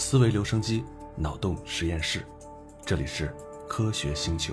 思维留声机，脑洞实验室，这里是科学星球。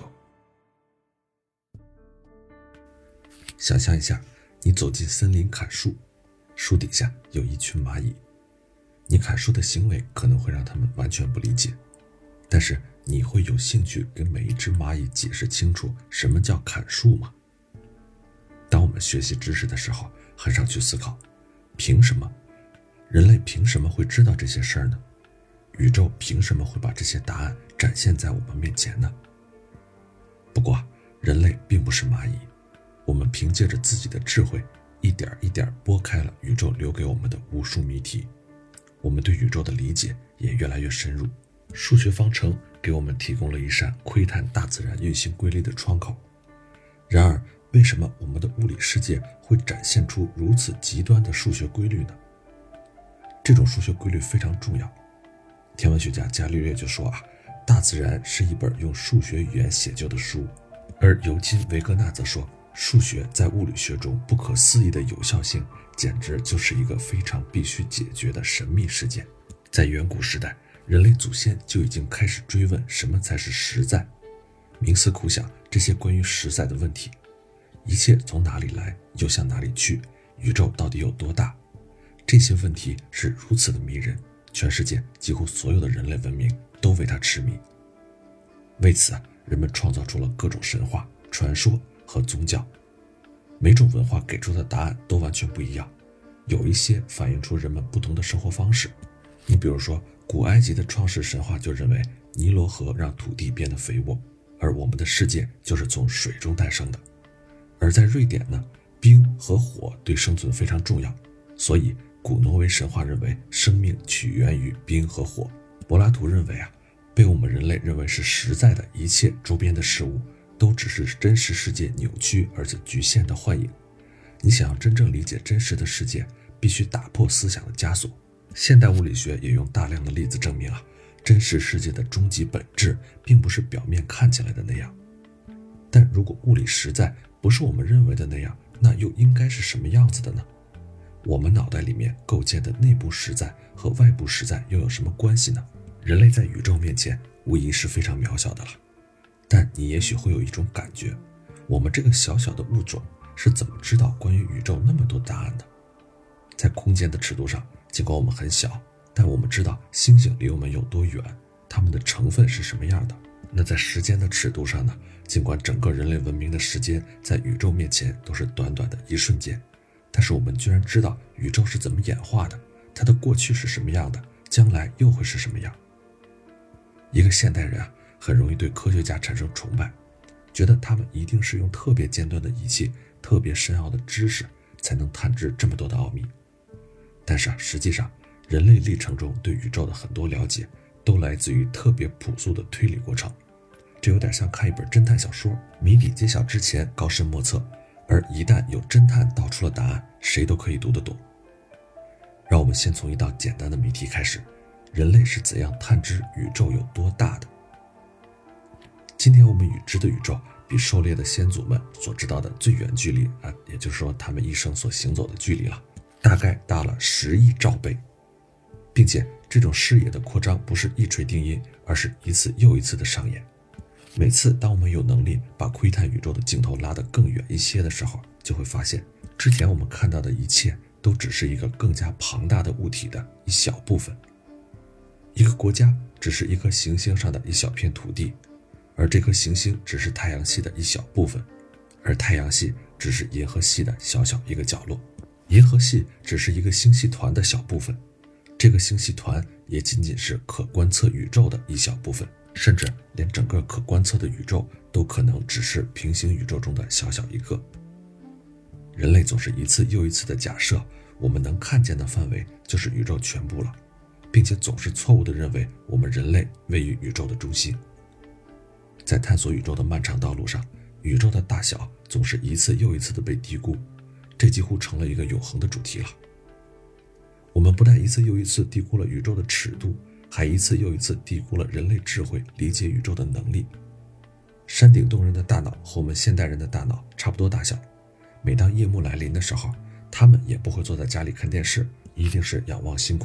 想象一下，你走进森林砍树，树底下有一群蚂蚁。你砍树的行为可能会让他们完全不理解，但是你会有兴趣跟每一只蚂蚁解释清楚什么叫砍树吗？当我们学习知识的时候，很少去思考，凭什么？人类凭什么会知道这些事儿呢？宇宙凭什么会把这些答案展现在我们面前呢？不过，人类并不是蚂蚁，我们凭借着自己的智慧，一点一点拨开了宇宙留给我们的无数谜题。我们对宇宙的理解也越来越深入。数学方程给我们提供了一扇窥探大自然运行规律的窗口。然而，为什么我们的物理世界会展现出如此极端的数学规律呢？这种数学规律非常重要。天文学家伽利略就说大自然是一本用数学语言写就的书，而尤金·维格纳则说，数学在物理学中不可思议的有效性，简直就是一个非常必须解决的神秘事件。在远古时代，人类祖先就已经开始追问什么才是实在，冥思苦想这些关于实在的问题。一切从哪里来，又向哪里去？宇宙到底有多大？这些问题是如此的迷人，全世界几乎所有的人类文明都为它痴迷。为此，人们创造出了各种神话、传说和宗教。每种文化给出的答案都完全不一样，有一些反映出人们不同的生活方式。你比如说，古埃及的创世神话就认为尼罗河让土地变得肥沃，而我们的世界就是从水中诞生的。而在瑞典呢，冰和火对生存非常重要，所以古挪威神话认为生命起源于冰和火。柏拉图认为被我们人类认为是实在的一切周边的事物，都只是真实世界扭曲而且局限的幻影。你想要真正理解真实的世界，必须打破思想的枷锁。现代物理学也用大量的例子证明真实世界的终极本质并不是表面看起来的那样。但如果物理实在不是我们认为的那样，那又应该是什么样子的呢？我们脑袋里面构建的内部实在和外部实在又有什么关系呢？人类在宇宙面前无疑是非常渺小的了。但你也许会有一种感觉，我们这个小小的物种是怎么知道关于宇宙那么多答案的？在空间的尺度上，尽管我们很小，但我们知道星星离我们有多远，它们的成分是什么样的。那在时间的尺度上呢？尽管整个人类文明的时间在宇宙面前都是短短的一瞬间，但是我们居然知道宇宙是怎么演化的，它的过去是什么样的，将来又会是什么样。一个现代人很容易对科学家产生崇拜，觉得他们一定是用特别尖端的仪器、特别深奥的知识才能探知这么多的奥秘。但是实际上人类历程中对宇宙的很多了解都来自于特别朴素的推理过程。这有点像看一本侦探小说，谜底揭晓之前高深莫测，而一旦有侦探道出了答案，谁都可以读得懂。让我们先从一道简单的谜题开始，人类是怎样探知宇宙有多大的？今天我们已知的宇宙比狩猎的先祖们所知道的最远距离也就是说他们一生所行走的距离了，大概大了10亿兆倍，并且这种视野的扩张不是一锤定音，而是一次又一次的上演。每次当我们有能力把窥探宇宙的镜头拉得更远一些的时候，就会发现之前我们看到的一切都只是一个更加庞大的物体的一小部分。一个国家只是一颗行星上的一小片土地，而这颗行星只是太阳系的一小部分，而太阳系只是银河系的小小一个角落，银河系只是一个星系团的小部分，这个星系团也仅仅是可观测宇宙的一小部分，甚至连整个可观测的宇宙都可能只是平行宇宙中的小小一个。人类总是一次又一次的假设我们能看见的范围就是宇宙全部了，并且总是错误地认为我们人类位于宇宙的中心。在探索宇宙的漫长道路上，宇宙的大小总是一次又一次地被低估，这几乎成了一个永恒的主题了。我们不但一次又一次低估了宇宙的尺度，还一次又一次低估了人类智慧理解宇宙的能力。山顶洞人的大脑和我们现代人的大脑差不多大小，每当夜幕来临的时候，他们也不会坐在家里看电视，一定是仰望星空，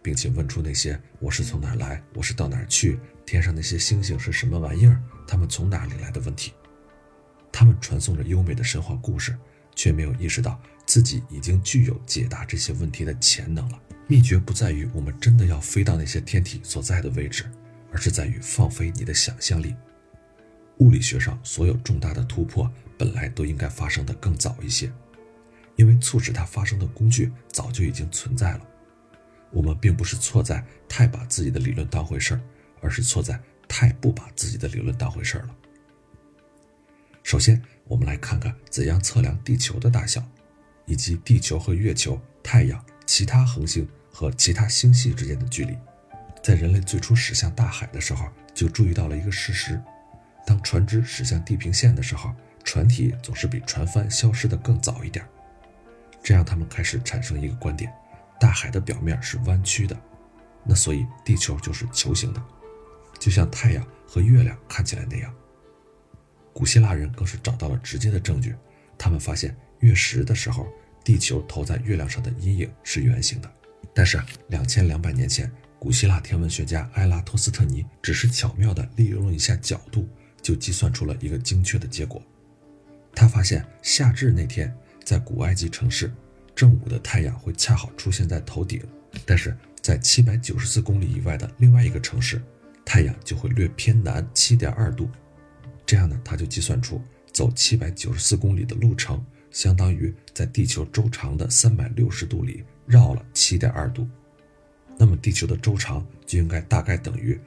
并且问出那些我是从哪儿来，我是到哪儿去，天上那些星星是什么玩意儿，它们从哪里来的问题。他们传颂着优美的神话故事，却没有意识到自己已经具有解答这些问题的潜能了。秘诀不在于我们真的要飞到那些天体所在的位置，而是在于放飞你的想象力。物理学上所有重大的突破本来都应该发生得更早一些，因为促使它发生的工具早就已经存在了。我们并不是错在太把自己的理论当回事儿，而是错在太不把自己的理论当回事儿了。首先，我们来看看怎样测量地球的大小，以及地球和月球、太阳、其他恒星和其他星系之间的距离。在人类最初驶向大海的时候，就注意到了一个事实：当船只驶向地平线的时候，船体总是比船帆消失得更早一点。这让他们开始产生一个观点：大海的表面是弯曲的，那所以地球就是球形的，就像太阳和月亮看起来那样。古希腊人更是找到了直接的证据，他们发现月食的时候，地球投在月亮上的阴影是圆形的。但是2200年前，古希腊天文学家埃拉托斯特尼只是巧妙地利用了一下角度，就计算出了一个精确的结果。他发现夏至那天，在古埃及城市，正午的太阳会恰好出现在头顶，但是在794公里以外的另外一个城市，太阳就会略偏南 7.2 度。这样呢，他就计算出走794公里的路程，相当于在地球周长的360度里绕了 7.2 度。那么地球的周长就应该大概等于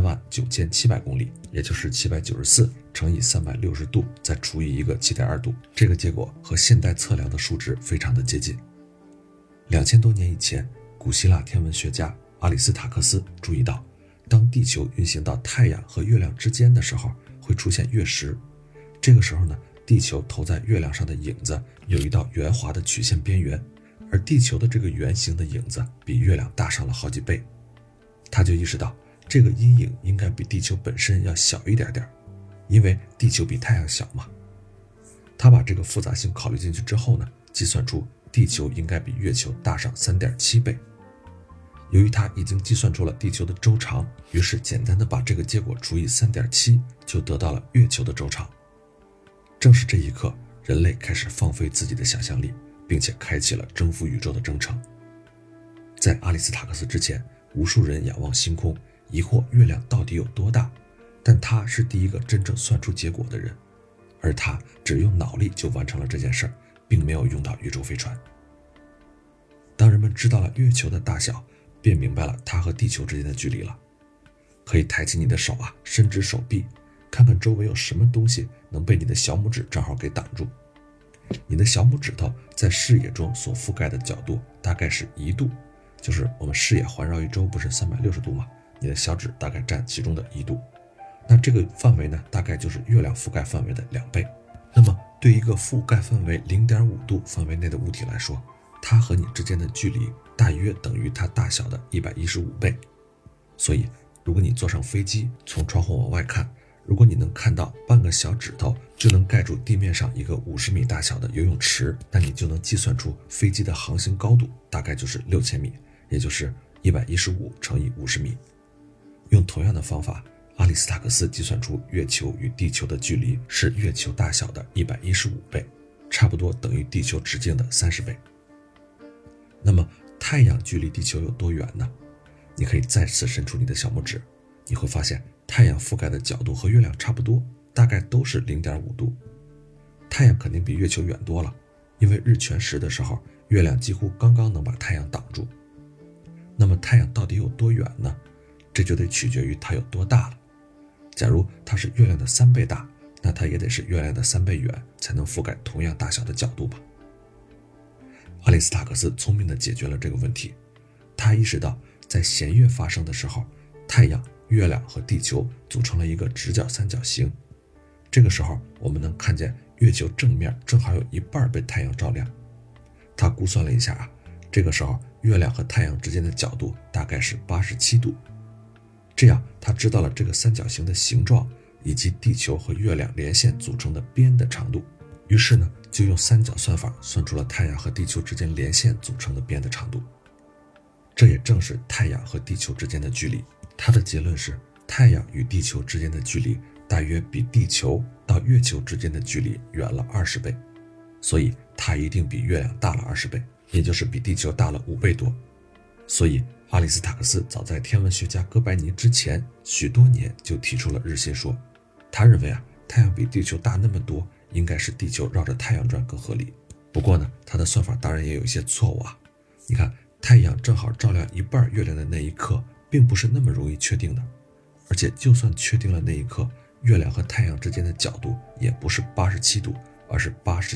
39700公里，也就是794乘以360度再除以一个 7.2 度。这个结果和现代测量的数值非常的接近。2000多年以前，古希腊天文学家阿里斯塔克斯注意到，当地球运行到太阳和月亮之间的时候，会出现月食。这个时候呢，地球投在月亮上的影子有一道圆滑的曲线边缘，而地球的这个圆形的影子比月亮大上了好几倍。他就意识到这个阴影应该比地球本身要小一点点，因为地球比太阳小嘛。他把这个复杂性考虑进去之后呢，计算出地球应该比月球大上 3.7 倍。由于他已经计算出了地球的周长，于是简单的把这个结果除以 3.7， 就得到了月球的周长。正是这一刻，人类开始放飞自己的想象力，并且开启了征服宇宙的征程。在阿里斯塔克斯之前，无数人仰望星空，疑惑月亮到底有多大，但他是第一个真正算出结果的人，而他只用脑力就完成了这件事，并没有用到宇宙飞船。当人们知道了月球的大小，便明白了它和地球之间的距离了。可以抬起你的手啊，伸直手臂，看看周围有什么东西能被你的小拇指正好给挡住。你的小拇指头在视野中所覆盖的角度大概是1度，就是我们视野环绕一周不是360度吗？你的小指大概占其中的1度。那这个范围呢，大概就是月亮覆盖范围的2倍。那么对一个覆盖范围 0.5 度范围内的物体来说，它和你之间的距离大约等于它大小的115倍。所以如果你坐上飞机，从窗户往外看，如果你能看到半个小指头就能盖住地面上一个50米大小的游泳池，那你就能计算出飞机的航行高度大概就是6000米，也就是115乘以50米。用同样的方法，阿里斯塔克斯计算出月球与地球的距离是月球大小的115倍，差不多等于地球直径的30倍。那么太阳距离地球有多远呢？你可以再次伸出你的小拇指，你会发现太阳覆盖的角度和月亮差不多，大概都是 0.5 度。太阳肯定比月球远多了，因为日全食的时候，月亮几乎刚刚能把太阳挡住。那么太阳到底有多远呢？这就得取决于它有多大了。假如它是月亮的3倍大，那它也得是月亮的3倍远，才能覆盖同样大小的角度吧。阿里斯塔克斯聪明地解决了这个问题，他意识到在弦月发生的时候，太阳、月亮和地球组成了一个直角三角形。这个时候我们能看见月球正面正好有一半被太阳照亮。他估算了一下这个时候月亮和太阳之间的角度大概是87度。这样他知道了这个三角形的形状以及地球和月亮连线组成的边的长度，于是呢就用三角算法算出了太阳和地球之间连线组成的边的长度。 这也正是太阳和地球之间的距离。他的结论是，太阳与地球之间的距离大约比地球到月球之间的距离远了20倍，所以它一定比月亮大了20倍，也就是比地球大了5倍多。所以阿里斯塔克斯早在天文学家哥白尼之前许多年就提出了日心说。他认为太阳比地球大那么多，应该是地球绕着太阳转更合理。不过呢，他的算法当然也有一些错误你看，太阳正好照亮一半月亮的那一刻并不是那么容易确定的，而且就算确定了那一刻，月亮和太阳之间的角度也不是87度，而是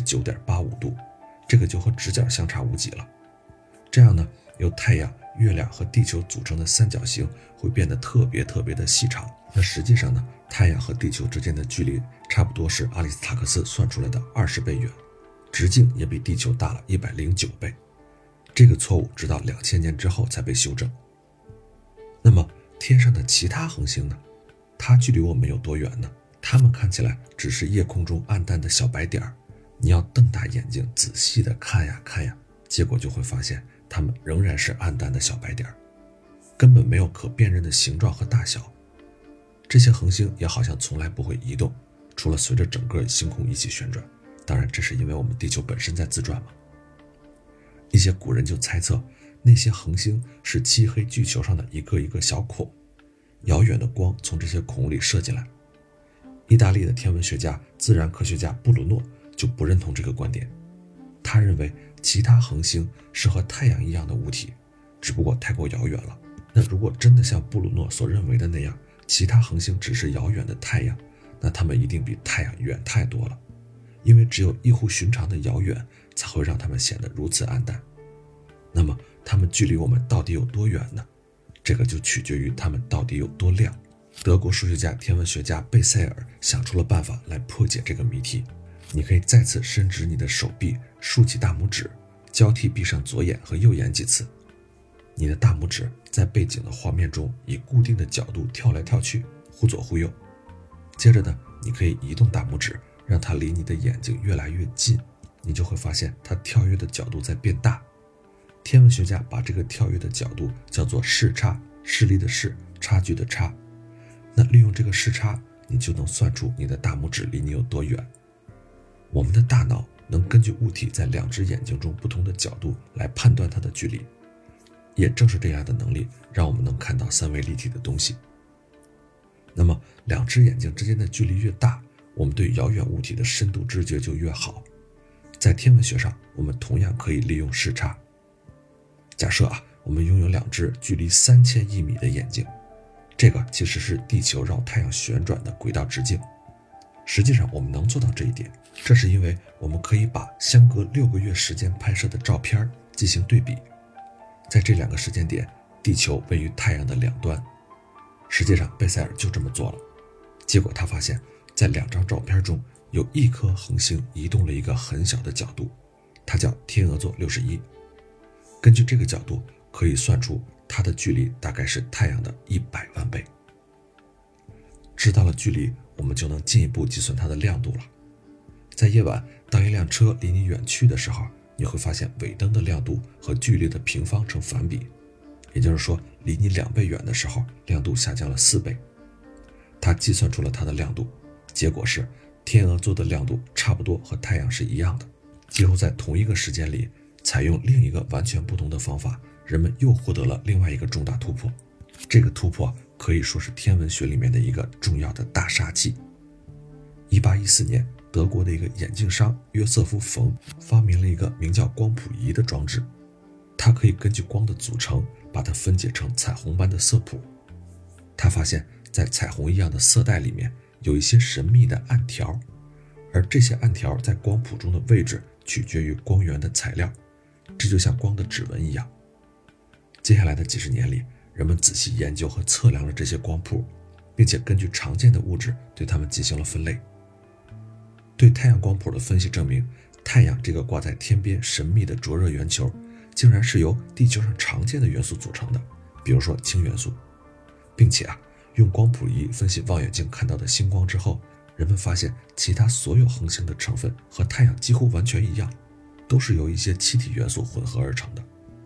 89.85度，这个就和直角相差无几了。这样呢，由太阳、月亮和地球组成的三角形会变得特别的细长。那实际上呢，太阳和地球之间的距离差不多是阿里斯塔克斯算出来的20倍远，直径也比地球大了109倍。这个错误直到2000年之后才被修正。那么天上的其他恒星呢？它距离我们有多远呢？它们看起来只是夜空中暗淡的小白点，你要瞪大眼睛仔细的看呀，结果就会发现它们仍然是暗淡的小白点，根本没有可辨认的形状和大小。这些恒星也好像从来不会移动，除了随着整个星空一起旋转，当然这是因为我们地球本身在自转嘛。一些古人就猜测，那些恒星是漆黑巨球上的一个一个小孔，遥远的光从这些孔里射进来。意大利的天文学家、自然科学家布鲁诺就不认同这个观点，他认为其他恒星是和太阳一样的物体，只不过太过遥远了。那如果真的像布鲁诺所认为的那样，其他恒星只是遥远的太阳，那它们一定比太阳远太多了，因为只有异乎寻常的遥远才会让它们显得如此暗淡。那么它们距离我们到底有多远呢？这个就取决于它们到底有多亮。德国数学家、天文学家贝塞尔想出了办法来破解这个谜题。你可以再次伸直你的手臂，竖起大拇指，交替闭上左眼和右眼几次。你的大拇指在背景的画面中以固定的角度跳来跳去，忽左忽右。接着呢，你可以移动大拇指，让它离你的眼睛越来越近，你就会发现它跳跃的角度在变大。天文学家把这个跳跃的角度叫做视差，视力的视，差距的差。那利用这个视差，你就能算出你的大拇指离你有多远。我们的大脑能根据物体在2只眼睛中不同的角度来判断它的距离，也正是这样的能力让我们能看到3维立体的东西。那么2只眼睛之间的距离越大，我们对遥远物体的深度知觉就越好。在天文学上，我们同样可以利用视差。假设我们拥有2只距离3000亿米的眼睛，这个其实是地球绕太阳旋转的轨道直径。实际上我们能做到这一点，这是因为我们可以把相隔6个月时间拍摄的照片进行对比。在这2个时间点，地球位于太阳的两端。实际上贝塞尔就这么做了，结果他发现在2张照片中有1颗恒星移动了一个很小的角度，它叫天鹅座61。根据这个角度可以算出它的距离大概是太阳的100万倍。知道了距离，我们就能进一步计算它的亮度了。在夜晚，当一辆车离你远去的时候，你会发现尾灯的亮度和距离的平方成反比，也就是说离你2倍远的时候，亮度下降了4倍。他计算出了它的亮度，结果是天鹅座的亮度差不多和太阳是一样的。几乎在同一个时间里，采用另一个完全不同的方法，人们又获得了另外一个重大突破。这个突破可以说是天文学里面的一个重要的大杀器。1814年，德国的一个眼镜商约瑟夫·冯发明了一个名叫光谱仪的装置，它可以根据光的组成把它分解成彩虹般的色谱。他发现在彩虹一样的色带里面有一些神秘的暗条，而这些暗条在光谱中的位置取决于光源的材料，这就像光的指纹一样。接下来的几十年里，人们仔细研究和测量了这些光谱，并且根据常见的物质对它们进行了分类。对太阳光谱的分析证明，太阳这个挂在天边神秘的灼热圆球竟然是由地球上常见的元素组成的，比如说氢元素。并且用光谱仪分析望远镜看到的星光之后，人们发现其他所有恒星的成分和太阳几乎完全一样，都是由一些气体元素混合而成的。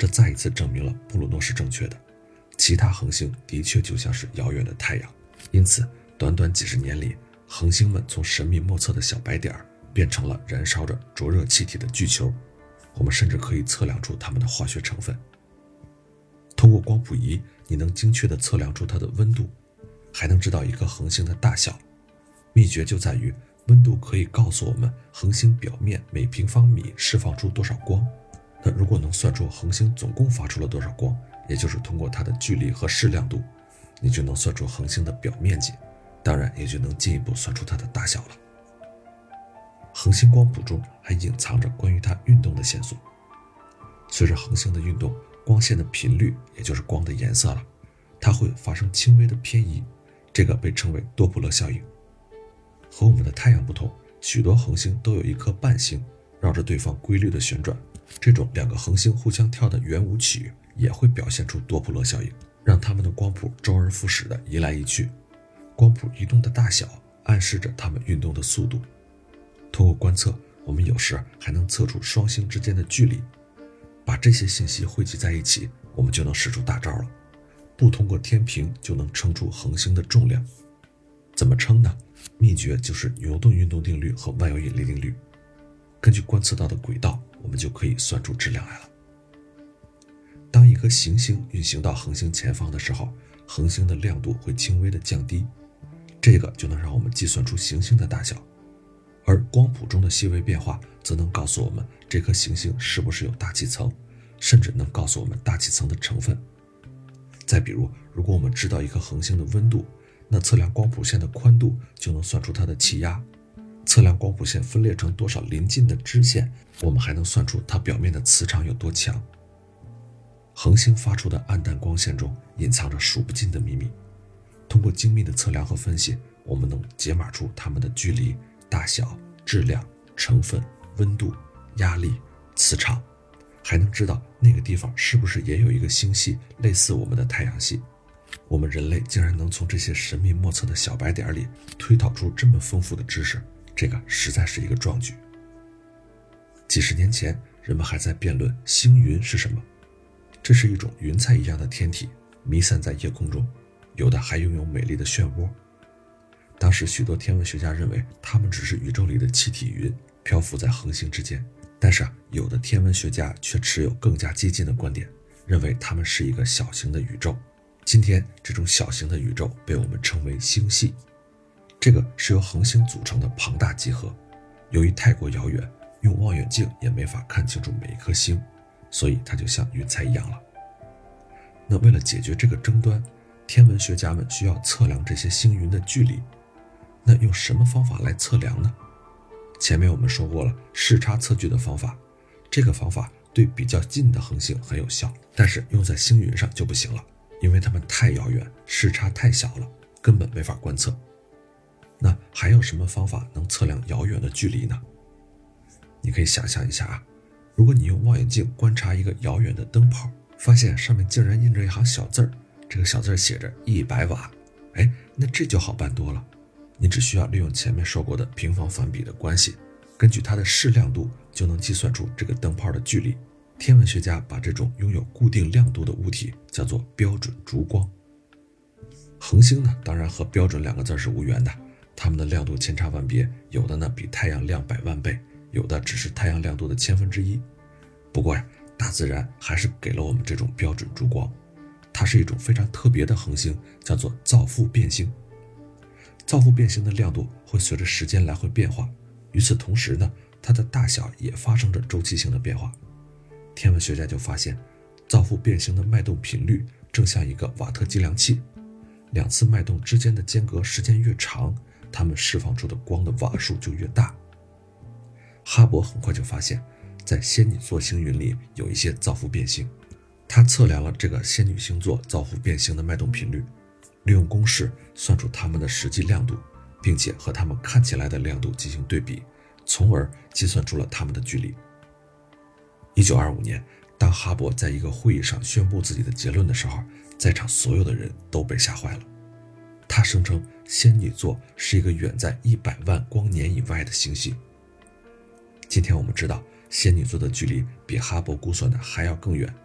这再一次证明了布鲁诺是正确的，其他恒星的确就像是遥远的太阳。因此短短几十年里，恒星们从神秘莫测的小白点变成了燃烧着灼热气体的巨球，我们甚至可以测量出它们的化学成分。通过光谱仪，你能精确地测量出它的温度，还能知道一颗恒星的大小。秘诀就在于温度可以告诉我们恒星表面每平方米释放出多少光。那如果能算出恒星总共发出了多少光，也就是通过它的距离和视亮度，你就能算出恒星的表面积，当然也就能进一步算出它的大小了。恒星光谱中还隐藏着关于它运动的线索。随着恒星的运动，光线的频率，也就是光的颜色了，它会发生轻微的偏移，这个被称为多普勒效应。和我们的太阳不同，许多恒星都有一颗伴星绕着对方规律的旋转，这种两个恒星互相跳的圆舞曲也会表现出多普勒效应，让它们的光谱周而复始地移来移去。光谱移动的大小暗示着它们运动的速度。通过观测，我们有时还能测出双星之间的距离。把这些信息汇集在一起，我们就能使出大招了。不通过天平就能称出恒星的重量。怎么称呢？秘诀就是牛顿运动定律和万有引力定律。根据观测到的轨道，我们就可以算出质量来了。当一颗行星运行到恒星前方的时候，恒星的亮度会轻微的降低，这个就能让我们计算出行星的大小。而光谱中的细微变化则能告诉我们这颗行星是不是有大气层，甚至能告诉我们大气层的成分。再比如，如果我们知道一颗恒星的温度，那测量光谱线的宽度就能算出它的气压。测量光谱线分裂成多少邻近的支线，我们还能算出它表面的磁场有多强。恒星发出的暗淡光线中隐藏着数不尽的秘密，通过精密的测量和分析，我们能解码出它们的距离、大小、质量、成分、温度、压力、磁场，还能知道那个地方是不是也有一个星系类似我们的太阳系。我们人类竟然能从这些神秘莫测的小白点里推导出这么丰富的知识，这个实在是一个壮举。几十年前，人们还在辩论星云是什么。这是一种云彩一样的天体，弥散在夜空中，有的还拥有美丽的漩涡。当时许多天文学家认为它们只是宇宙里的气体云，漂浮在恒星之间。但是有的天文学家却持有更加激进的观点，认为它们是一个小型的宇宙。今天这种小型的宇宙被我们称为星系，这个是由恒星组成的庞大集合。由于太过遥远，用望远镜也没法看清楚每一颗星，所以它就像云彩一样了。那为了解决这个争端，天文学家们需要测量这些星云的距离。那用什么方法来测量呢？前面我们说过了视差测距的方法，这个方法对比较近的恒星很有效，但是用在星云上就不行了，因为它们太遥远，视差太小了，根本没法观测。那还有什么方法能测量遥远的距离呢？你可以想象一下啊，如果你用望远镜观察一个遥远的灯泡，发现上面竟然印着一行小字儿，这个小字写着100瓦，那这就好办多了。你只需要利用前面说过的平方反比的关系，根据它的视亮度就能计算出这个灯泡的距离。天文学家把这种拥有固定亮度的物体叫做标准烛光。恒星呢，当然和标准两个字是无缘的，它们的亮度千差万别，有的呢比太阳亮100万倍，有的只是太阳亮度的1/1000。不过呀，大自然还是给了我们这种标准烛光。它是一种非常特别的恒星，叫做造父变星。造父变星的亮度会随着时间来回变化，与此同时呢，它的大小也发生着周期性的变化。天文学家就发现，造父变星的脉动频率正像一个瓦特计量器，两次脉动之间的间隔时间越长，它们释放出的光的瓦数就越大。哈勃很快就发现，在仙女座星云里有一些造父变星，他测量了这个仙女星座造父变星的脉动频率，利用公式算出它们的实际亮度，并且和它们看起来的亮度进行对比，从而计算出了它们的距离。1925年，当哈勃在一个会议上宣布自己的结论的时候，在场所有的人都被吓坏了。他声称仙女座是一个远在100万光年以外的星系。今天我们知道仙女座的距离比哈勃估算的还要更远，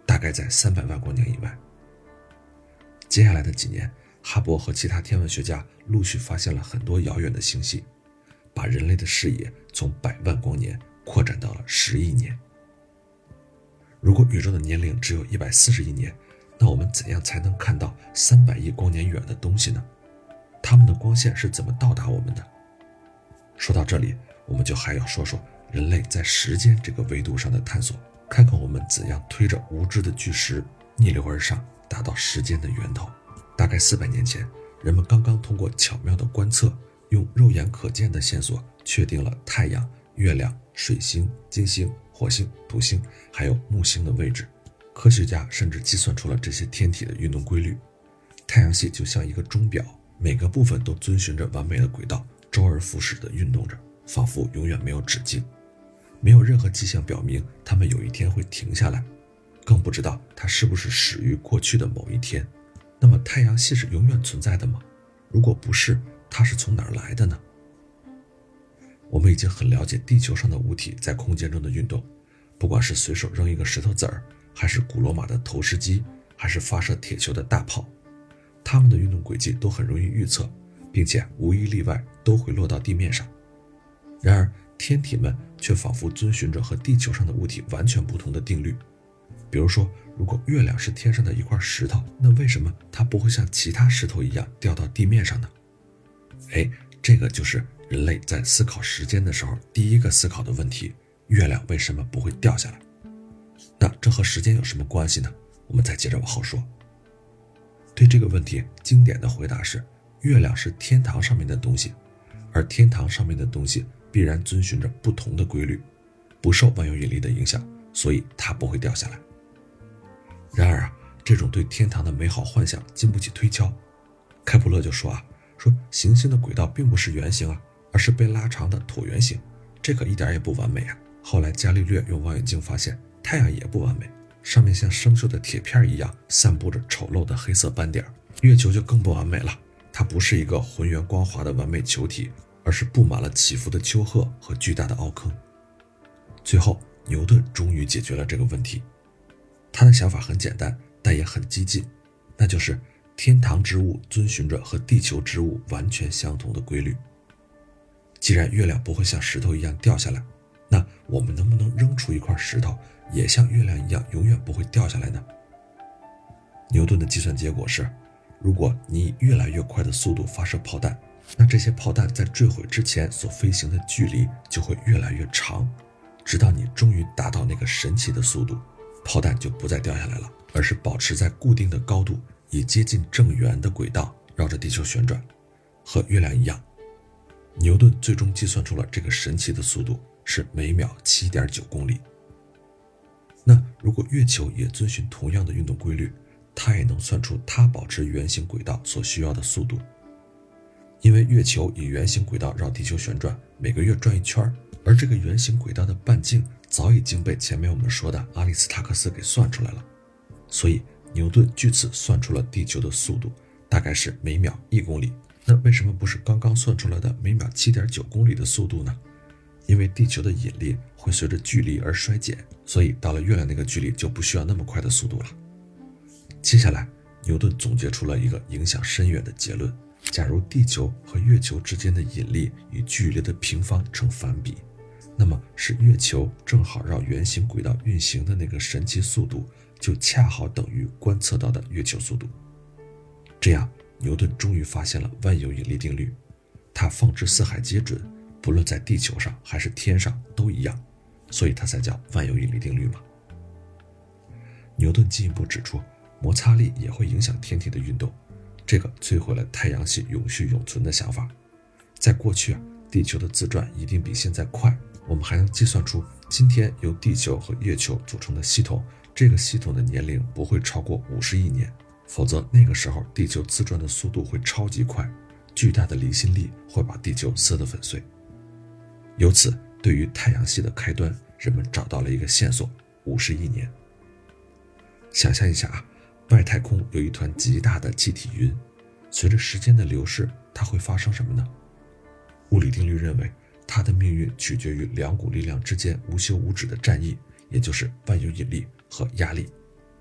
大概在300万光年以外。接下来的几年，哈勃和其他天文学家陆续发现了很多遥远的星系，把人类的视野从100万光年扩展到了10亿年。如果宇宙的年龄只有140亿年，那我们怎样才能看到300亿光年远的东西呢？它们的光线是怎么到达我们的？说到这里，我们就还要说说人类在时间这个维度上的探索，看看我们怎样推着无知的巨石逆流而上，达到时间的源头。大概400年前，人们刚刚通过巧妙的观测，用肉眼可见的线索确定了太阳、月亮、水星、金星、火星、土星还有木星的位置。科学家甚至计算出了这些天体的运动规律。太阳系就像一个钟表，每个部分都遵循着完美的轨道，周而复始地运动着，仿佛永远没有止境。没有任何迹象表明它们有一天会停下来，更不知道它是不是始于过去的某一天。那么太阳系是永远存在的吗？如果不是，它是从哪儿来的呢？我们已经很了解地球上的物体在空间中的运动，不管是随手扔一个石头子儿，还是古罗马的投石机，还是发射铁球的大炮，它们的运动轨迹都很容易预测，并且无一例外都会落到地面上。然而天体们却仿佛遵循着和地球上的物体完全不同的定律。比如说，如果月亮是天上的一块石头，那为什么它不会像其他石头一样掉到地面上呢？这个就是人类在思考时间的时候第一个思考的问题：月亮为什么不会掉下来？那这和时间有什么关系呢？我们再接着往后说。对这个问题，经典的回答是：月亮是天堂上面的东西，而天堂上面的东西必然遵循着不同的规律，不受万有引力的影响，所以它不会掉下来。然而这种对天堂的美好幻想经不起推敲。开普勒就说行星的轨道并不是圆形而是被拉长的椭圆形，这可一点也不完美。后来伽利略用望远镜发现，太阳也不完美，上面像生锈的铁片一样散布着丑陋的黑色斑点。月球就更不完美了，它不是一个浑圆光滑的完美球体，而是布满了起伏的丘壑和巨大的凹坑。最后牛顿终于解决了这个问题。他的想法很简单，但也很激进，那就是天堂之物遵循着和地球之物完全相同的规律。既然月亮不会像石头一样掉下来，那我们能不能扔出一块石头，也像月亮一样永远不会掉下来呢？牛顿的计算结果是，如果你以越来越快的速度发射炮弹，那这些炮弹在坠毁之前所飞行的距离就会越来越长，直到你终于达到那个神奇的速度，炮弹就不再掉下来了，而是保持在固定的高度，以接近正圆的轨道绕着地球旋转，和月亮一样。牛顿最终计算出了这个神奇的速度是每秒 7.9 公里。那如果月球也遵循同样的运动规律，它也能算出它保持圆形轨道所需要的速度。因为月球以圆形轨道绕地球旋转，每个月转一圈，而这个圆形轨道的半径早已经被前面我们说的阿里斯塔克斯给算出来了，所以牛顿据此算出了地球的速度大概是每秒1公里。那为什么不是刚刚算出来的每秒 7.9 公里的速度呢？因为地球的引力会随着距离而衰减，所以到了月亮那个距离就不需要那么快的速度了。接下来牛顿总结出了一个影响深远的结论：假如地球和月球之间的引力与距离的平方成反比，那么是月球正好绕圆形轨道运行的那个神奇速度就恰好等于观测到的月球速度。这样牛顿终于发现了万有引力定律，它放之四海皆准，不论在地球上还是天上都一样，所以它才叫万有引力定律嘛。牛顿进一步指出，摩擦力也会影响天体的运动，这个摧毁了太阳系永续永存的想法。在过去地球的自转一定比现在快，我们还能计算出今天由地球和月球组成的系统，这个系统的年龄不会超过50亿年，否则那个时候地球自转的速度会超级快，巨大的离心力会把地球撕得粉碎。由此对于太阳系的开端，人们找到了一个线索：50亿年。想象一下外太空有一团极大的气体云，随着时间的流逝，它会发生什么呢？物理定律认为，它的命运取决于两股力量之间无休无止的战役，也就是万有引力和压力。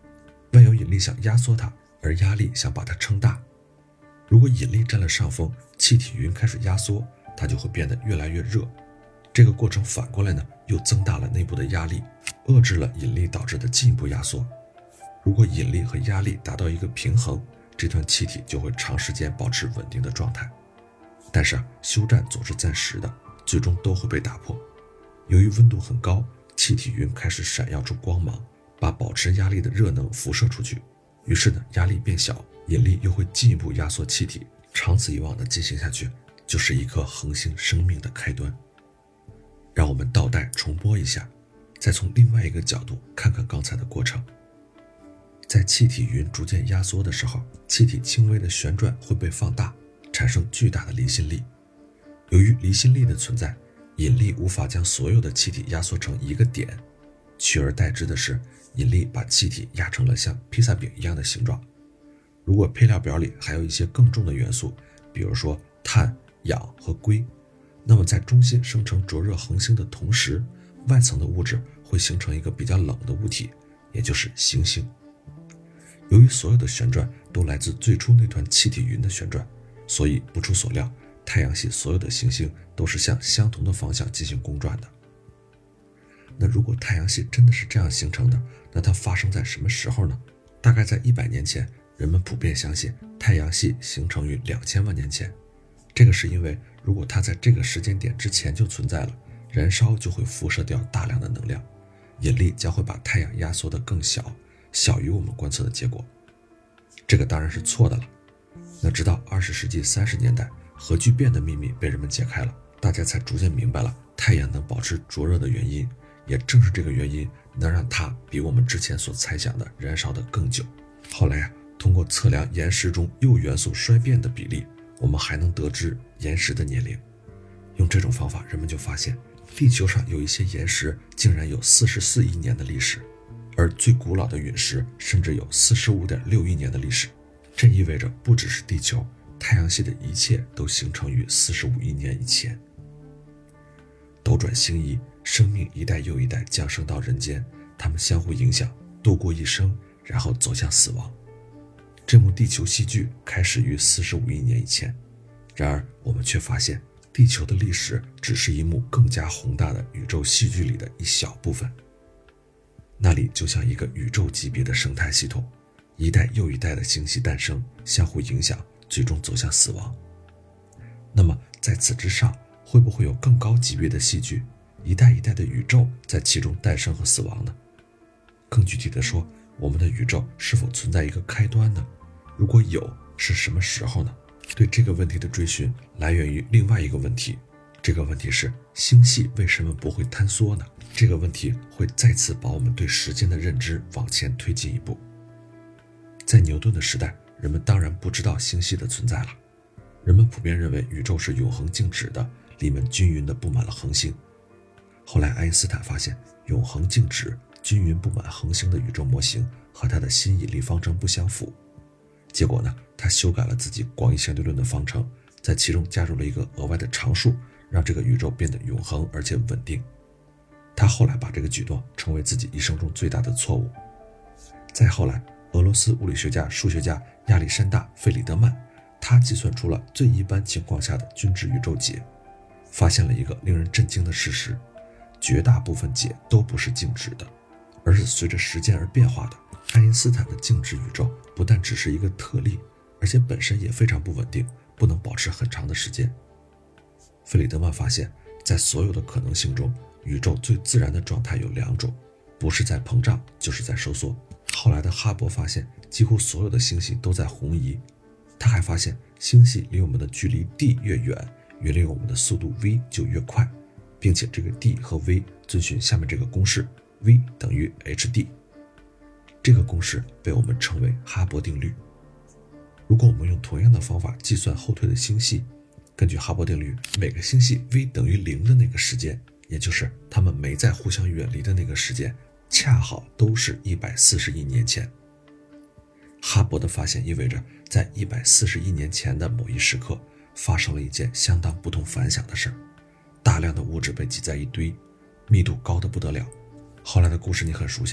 万有引力想压缩它，而压力想把它撑大。如果引力占了上风，气体云开始压缩，它就会变得越来越热。这个过程反过来呢，又增大了内部的压力，遏制了引力导致的进一步压缩。如果引力和压力达到一个平衡，这团气体就会长时间保持稳定的状态。但是休战总是暂时的，最终都会被打破。由于温度很高，气体云开始闪耀出光芒，把保持压力的热能辐射出去。于是呢，压力变小，引力又会进一步压缩气体，长此以往的进行下去，就是一颗恒星生命的开端。让我们倒带重播一下，再从另外一个角度看看刚才的过程。在气体云逐渐压缩的时候，气体轻微的旋转会被放大，产生巨大的离心力。由于离心力的存在，引力无法将所有的气体压缩成一个点，取而代之的是，引力把气体压成了像披萨饼一样的形状。如果配料表里还有一些更重的元素，比如说碳、氧和硅，那么在中心生成灼热恒星的同时，外层的物质会形成一个比较冷的物体，也就是行星。由于所有的旋转都来自最初那团气体云的旋转，所以不出所料，太阳系所有的行星都是向相同的方向进行公转的。那如果太阳系真的是这样形成的，那它发生在什么时候呢？大概在100年前，人们普遍相信太阳系形成于2000万年前。这个是因为如果它在这个时间点之前就存在了，燃烧就会辐射掉大量的能量，引力将会把太阳压缩得更小，小于我们观测的结果。这个当然是错的了。那直到20世纪30年代，核聚变的秘密被人们解开了，大家才逐渐明白了太阳能保持灼热的原因，也正是这个原因能让它比我们之前所猜想的燃烧得更久。后来通过测量岩石中铀元素衰变的比例，我们还能得知岩石的年龄。用这种方法，人们就发现地球上有一些岩石竟然有44亿年的历史，而最古老的陨石甚至有45.6亿年的历史。这意味着不只是地球，太阳系的一切都形成于45亿年以前。斗转星移，生命一代又一代降生到人间，它们相互影响，度过一生，然后走向死亡。这幕地球戏剧开始于45亿年以前，然而我们却发现地球的历史只是一幕更加宏大的宇宙戏剧里的一小部分。那里就像一个宇宙级别的生态系统，一代又一代的星系诞生，相互影响，最终走向死亡。那么在此之上，会不会有更高级别的戏剧，一代一代的宇宙在其中诞生和死亡呢？更具体的说，我们的宇宙是否存在一个开端呢？如果有，是什么时候呢？对这个问题的追寻来源于另外一个问题，这个问题是星系为什么不会坍缩呢？这个问题会再次把我们对时间的认知往前推进一步。在牛顿的时代，人们当然不知道星系的存在了，人们普遍认为宇宙是永恒静止的，里面均匀地布满了恒星。后来爱因斯坦发现永恒静止、均匀布满恒星的宇宙模型和他的新引力方程不相符。结果呢，他修改了自己广义相对论的方程，在其中加入了一个额外的常数，让这个宇宙变得永恒而且稳定。他后来把这个举动称为自己一生中最大的错误。再后来，俄罗斯物理学家、数学家亚历山大·费里德曼，他计算出了最一般情况下的均质宇宙解，发现了一个令人震惊的事实：绝大部分解都不是静止的，而是随着时间而变化的。爱因斯坦的静止宇宙不但只是一个特例，而且本身也非常不稳定，不能保持很长的时间。费里德曼发现，在所有的可能性中，宇宙最自然的状态有两种，不是在膨胀，就是在收缩。后来的哈勃发现，几乎所有的星系都在红移。他还发现，星系离我们的距离 d 越远，远离我们的速度 v 就越快，并且这个 d 和 v 遵循下面这个公式 v 等于 hd。这个公式被我们称为哈勃定律。如果我们用同样的方法计算后退的星系，根据哈勃定律，每个星系 v 等于0的那个时间，也就是它们没在互相远离的那个时间，恰好都是140亿年前。哈勃的发现意味着，在140亿年前的某一时刻，发生了一件相当不同凡响的事儿，大量的物质被挤在一堆，密度高得不得了。后来的故事你很熟悉了，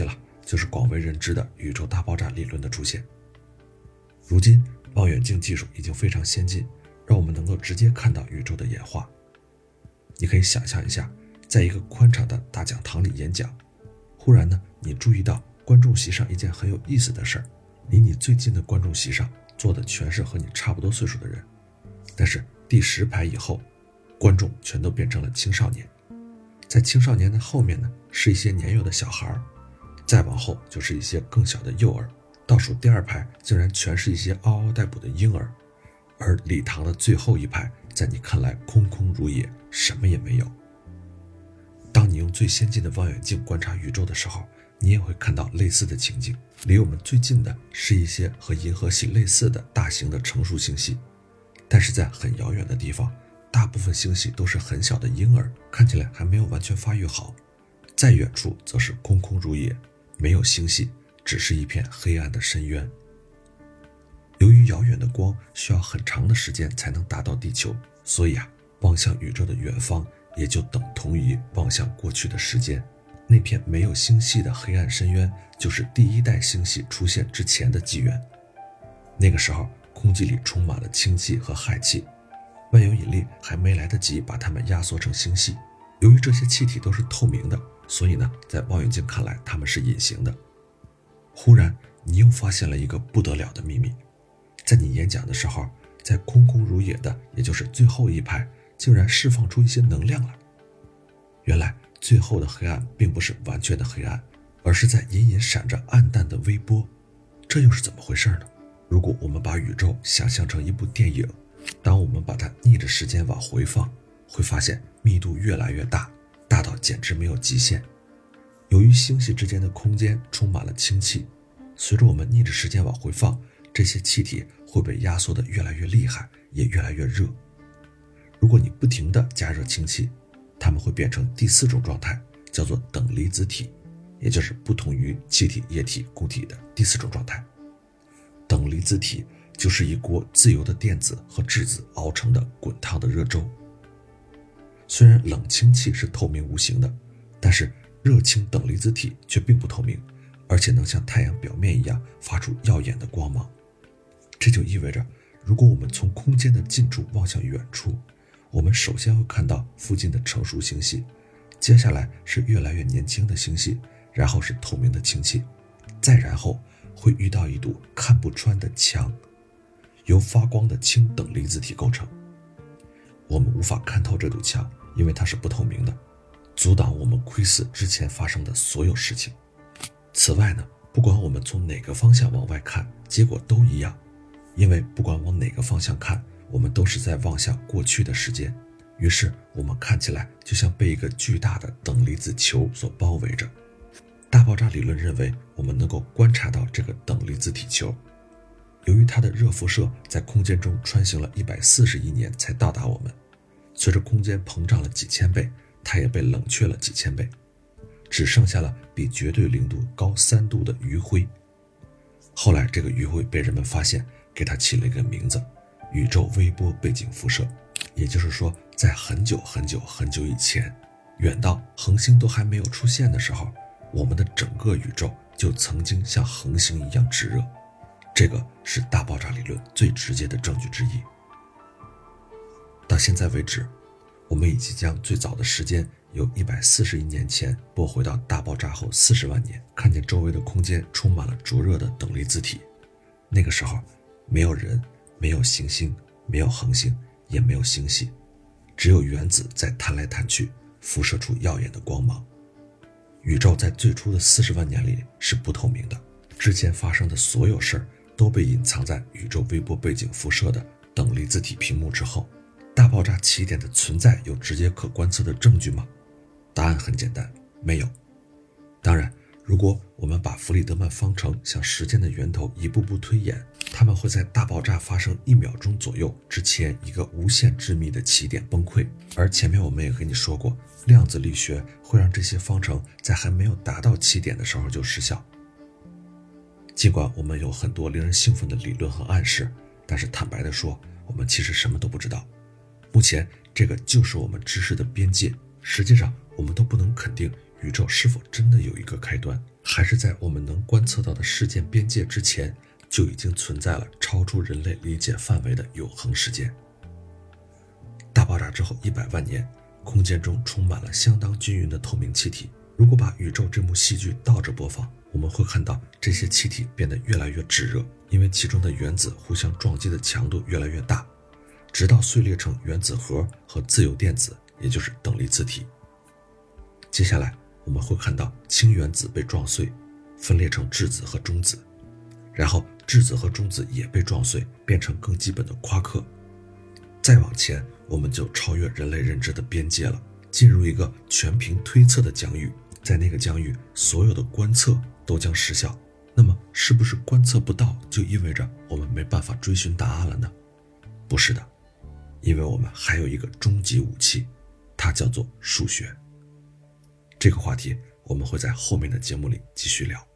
就是广为人知的宇宙大爆炸理论的出现。如今望远镜技术已经非常先进，让我们能够直接看到宇宙的演化。你可以想象一下，在一个宽敞的大讲堂里演讲，忽然呢，你注意到观众席上一件很有意思的事儿，离你最近的观众席上坐的全是和你差不多岁数的人，但是第10排以后，观众全都变成了青少年。在青少年的后面呢，是一些年幼的小孩，再往后就是一些更小的幼儿，倒数第2排竟然全是一些嗷嗷待哺的婴儿，而礼堂的最后一排在你看来空空如也，什么也没有。当你用最先进的望远镜观察宇宙的时候，你也会看到类似的情景。离我们最近的是一些和银河系类似的大型的成熟星系，但是在很遥远的地方，大部分星系都是很小的婴儿，看起来还没有完全发育好。再远处则是空空如也，没有星系，只是一片黑暗的深渊。由于遥远的光需要很长的时间才能达到地球，所以望向宇宙的远方也就等同于望向过去的时间。那片没有星系的黑暗深渊，就是第1代星系出现之前的纪元。那个时候，空气里充满了氢气和氦气，万有引力还没来得及把它们压缩成星系。由于这些气体都是透明的，所以呢，在望远镜看来它们是隐形的。忽然，你又发现了一个不得了的秘密，在你演讲的时候，在空空如也的，也就是最后一排，竟然释放出一些能量了。原来最后的黑暗并不是完全的黑暗，而是在隐隐闪着暗淡的微波。这又是怎么回事呢？如果我们把宇宙想象成一部电影，当我们把它逆着时间往回放，会发现密度越来越大，大到简直没有极限。由于星系之间的空间充满了氢气，随着我们逆着时间往回放，这些气体会被压缩得越来越厉害，也越来越热。如果你不停地加热氢气，它们会变成第4种状态，叫做等离子体，也就是不同于气体、液体、固体的第4种状态。等离子体就是一锅自由的电子和质子熬成的滚烫的热粥。虽然冷氢气是透明无形的，但是热氢等离子体却并不透明，而且能像太阳表面一样发出耀眼的光芒。这就意味着，如果我们从空间的近处望向远处，我们首先会看到附近的成熟星系，接下来是越来越年轻的星系，然后是透明的氢气，再然后会遇到一堵看不穿的墙，由发光的氢等离子体构成。我们无法看透这堵墙，因为它是不透明的，阻挡我们窥视之前发生的所有事情。此外呢，不管我们从哪个方向往外看，结果都一样，因为不管往哪个方向看，我们都是在望向过去的时间，于是我们看起来就像被一个巨大的等离子球所包围着。大爆炸理论认为，我们能够观察到这个等离子体球，由于它的热辐射在空间中穿行了140亿年才到达我们，随着空间膨胀了几千倍，它也被冷却了几千倍，只剩下了比绝对零度高3度的余晖。后来这个余晖被人们发现，给它起了一个名字，宇宙微波背景辐射。也就是说，在很久很久很久以前，远到恒星都还没有出现的时候，我们的整个宇宙就曾经像恒星一样炙热。这个是大爆炸理论最直接的证据之一。到现在为止，我们已经将最早的时间由140亿年前拨回到大爆炸后40万年，看见周围的空间充满了灼热的等离子体。那个时候，没有人，没有行星，没有恒星，也没有星系，只有原子在弹来弹去，辐射出耀眼的光芒。宇宙在最初的40万年里是不透明的，之前发生的所有事儿都被隐藏在宇宙微波背景辐射的等离子体屏幕之后。大爆炸起点的存在有直接可观测的证据吗？答案很简单，没有。当然，如果我们把弗里德曼方程向时间的源头一步步推演，它们会在大爆炸发生1秒钟左右之前一个无限致密的起点崩溃。而前面我们也跟你说过，量子力学会让这些方程在还没有达到起点的时候就失效。尽管我们有很多令人兴奋的理论和暗示，但是坦白地说，我们其实什么都不知道。目前这个就是我们知识的边界，实际上我们都不能肯定宇宙是否真的有一个开端， 还是在我们能观测到的事件边界之前，就已经存在了超出人类理解范围的永恒时间。大爆炸之后100万年，空间中充满了相当均匀的透明气体。如果把宇宙这幕戏剧倒着播放，我们会看到这些气体变得越来越炙热，因为其中的原子互相撞击的强度越来越大，直到碎裂成原子核和自由电子，也就是等离子体。接下来我们会看到氢原子被撞碎，分裂成质子和中子，然后质子和中子也被撞碎，变成更基本的夸克。再往前，我们就超越人类认知的边界了，进入一个全凭推测的疆域。在那个疆域，所有的观测都将失效。那么是不是观测不到就意味着我们没办法追寻答案了呢？不是的，因为我们还有一个终极武器，它叫做数学。这个话题我们会在后面的节目里继续聊。